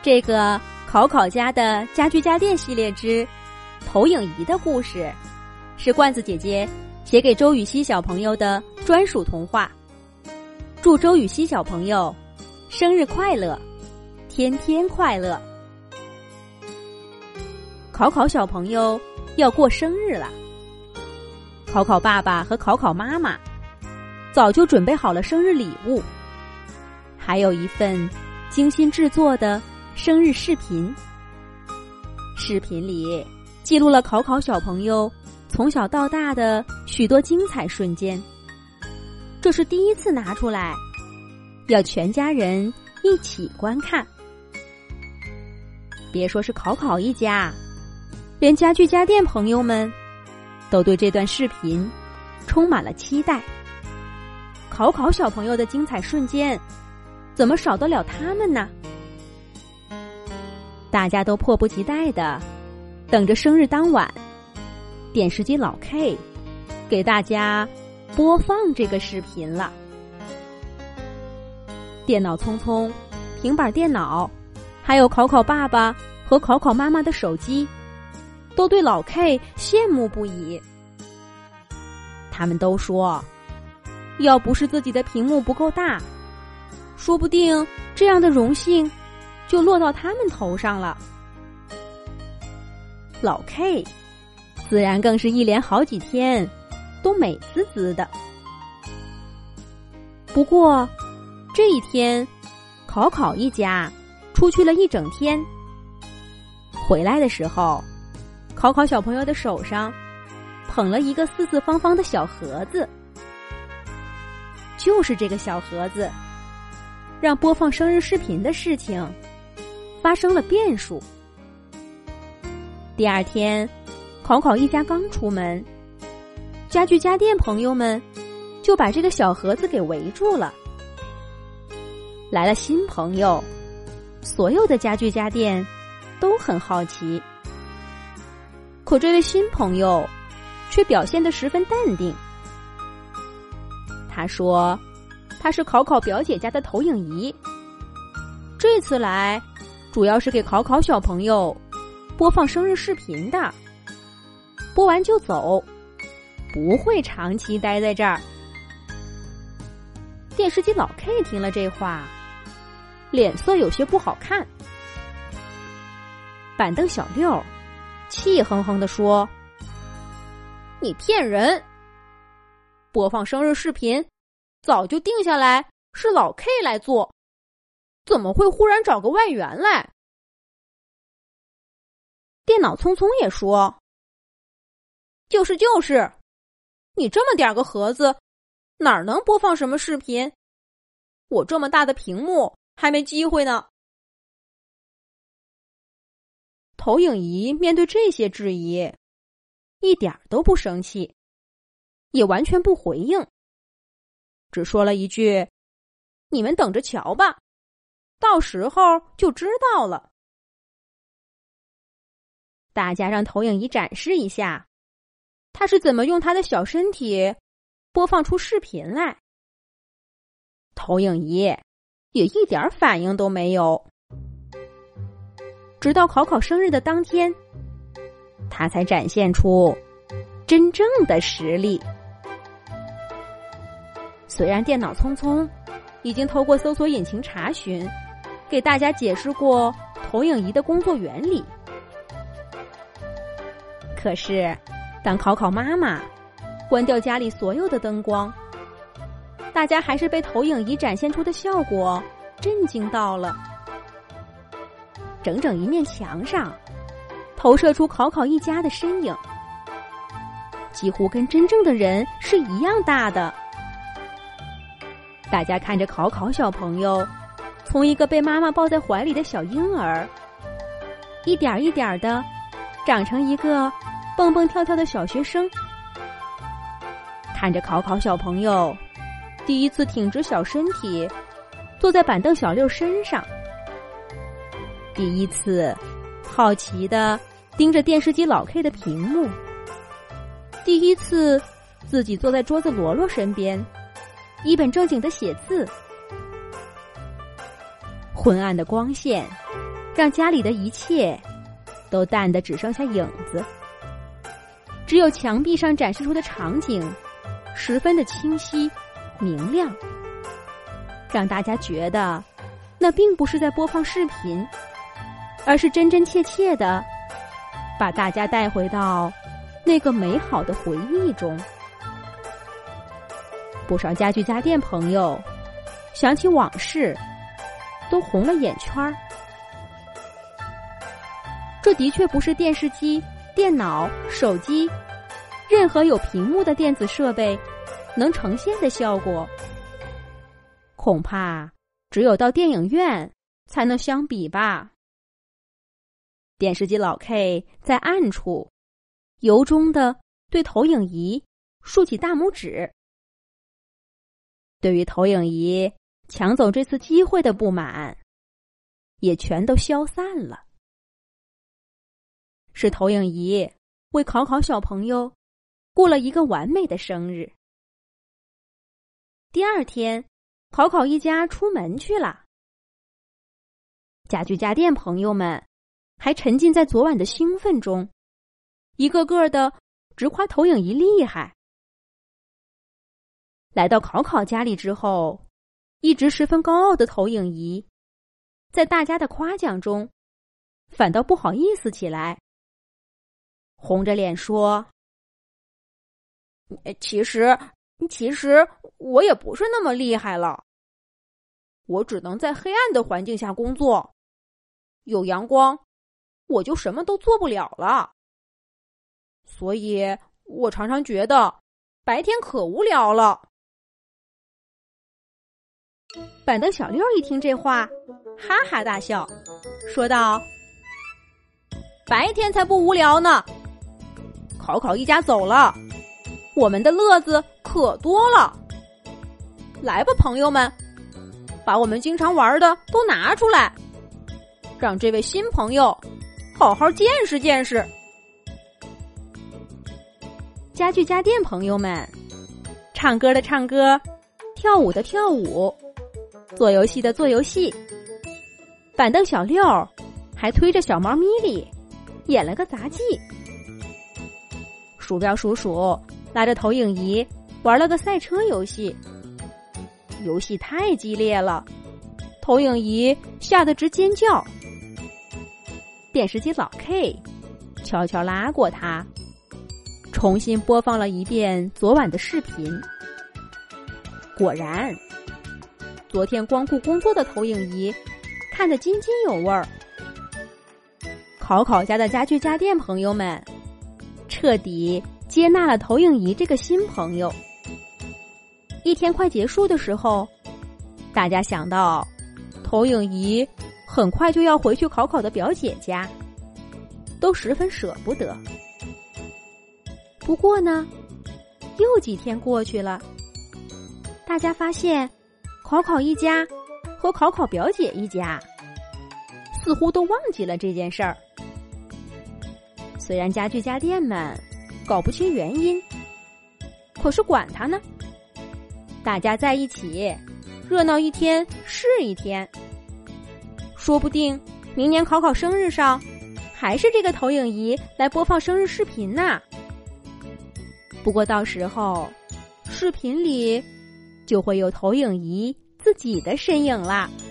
这个考考家的家具家电系列之投影仪的故事，是罐子姐姐写给周雨熙小朋友的专属童话。祝周雨熙小朋友生日快乐，天天快乐！考考小朋友要过生日了，考考爸爸和考考妈妈早就准备好了生日礼物，还有一份精心制作的生日视频。视频里记录了考考小朋友从小到大的许多精彩瞬间，这是第一次拿出来，要全家人一起观看。别说是考考一家，连家具家电朋友们都对这段视频充满了期待。考考小朋友的精彩瞬间，怎么少得了他们呢？大家都迫不及待地等着生日当晚，电视机老 K 给大家播放这个视频了。电脑聪聪、平板电脑，还有考考爸爸和考考妈妈的手机，都对老 K 羡慕不已。他们都说，要不是自己的屏幕不够大，说不定这样的荣幸就落到他们头上了。老 K 自然更是一连好几天都美滋滋的。不过这一天，考考一家出去了一整天，回来的时候，考考小朋友的手上捧了一个四四方方的小盒子。就是这个小盒子，让播放生日视频的事情发生了变数。第二天，考考一家刚出门，家具家电朋友们就把这个小盒子给围住了。来了新朋友，所有的家具家电都很好奇，可这位新朋友却表现得十分淡定。他说他是考考表姐家的投影仪，这次来主要是给考考小朋友播放生日视频的，播完就走，不会长期待在这儿。电视机老 K 听了这话，脸色有些不好看。板凳小六气哼哼地说，你骗人，播放生日视频早就定下来是老 K 来做，怎么会忽然找个外援来？电脑聪聪也说，就是，你这么点个盒子，哪儿能播放什么视频？我这么大的屏幕还没机会呢。投影仪面对这些质疑，一点都不生气，也完全不回应，只说了一句，你们等着瞧吧，到时候就知道了。大家让投影仪展示一下，他是怎么用他的小身体播放出视频来。投影仪也一点反应都没有，直到考考生日的当天，他才展现出真正的实力。虽然电脑聪聪已经透过搜索引擎查询，给大家解释过投影仪的工作原理，可是当考考妈妈关掉家里所有的灯光，大家还是被投影仪展现出的效果震惊到了。整整一面墙上投射出考考一家的身影，几乎跟真正的人是一样大的。大家看着考考小朋友从一个被妈妈抱在怀里的小婴儿，一点一点的长成一个蹦蹦跳跳的小学生，看着考考小朋友第一次挺直小身体坐在板凳小六身上，第一次好奇地盯着电视机老 K 的屏幕，第一次自己坐在桌子罗罗身边一本正经地写字。昏暗的光线让家里的一切都淡得只剩下影子，只有墙壁上展示出的场景十分的清晰明亮，让大家觉得那并不是在播放视频，而是真真切切的把大家带回到那个美好的回忆中。不少家具家电朋友想起往事都红了眼圈儿。这的确不是电视机、电脑、手机任何有屏幕的电子设备能呈现的效果，恐怕只有到电影院才能相比吧。电视机老 K 在暗处由衷地对投影仪竖起大拇指。对于投影仪抢走这次机会的不满也全都消散了。是投影仪为考考小朋友过了一个完美的生日。第二天，考考一家出门去了。家具家电朋友们还沉浸在昨晚的兴奋中，一个个的直夸投影仪厉害。来到考考家里之后，一直十分高傲的投影仪在大家的夸奖中反倒不好意思起来，红着脸说：其实我也不是那么厉害了，我只能在黑暗的环境下工作，有阳光我就什么都做不了了，所以我常常觉得白天可无聊了。板凳小六一听这话，哈哈大笑，说道：白天才不无聊呢，考考一家走了，我们的乐子可多了。来吧，朋友们，把我们经常玩的都拿出来，让这位新朋友好好见识见识。家具家电朋友们，唱歌的唱歌，跳舞的跳舞，做游戏的做游戏。板凳小六还推着小猫咪哩演了个杂技。鼠标叔叔拉着投影仪玩了个赛车游戏，游戏太激烈了，投影仪吓得直尖叫。电视机老 K 悄悄拉过他，重新播放了一遍昨晚的视频。果然，昨天光顾工作的投影仪看得津津有味儿。考考家的家具家电朋友们彻底接纳了投影仪这个新朋友。一天快结束的时候，大家想到投影仪很快就要回去考考的表姐家，都十分舍不得。不过呢，又几天过去了，大家发现考考一家和考考表姐一家似乎都忘记了这件事儿。虽然家具家电们搞不清原因，可是管他呢，大家在一起热闹一天是一天，说不定明年考考生日上还是这个投影仪来播放生日视频呢。不过到时候视频里就会有投影仪自己的身影啦。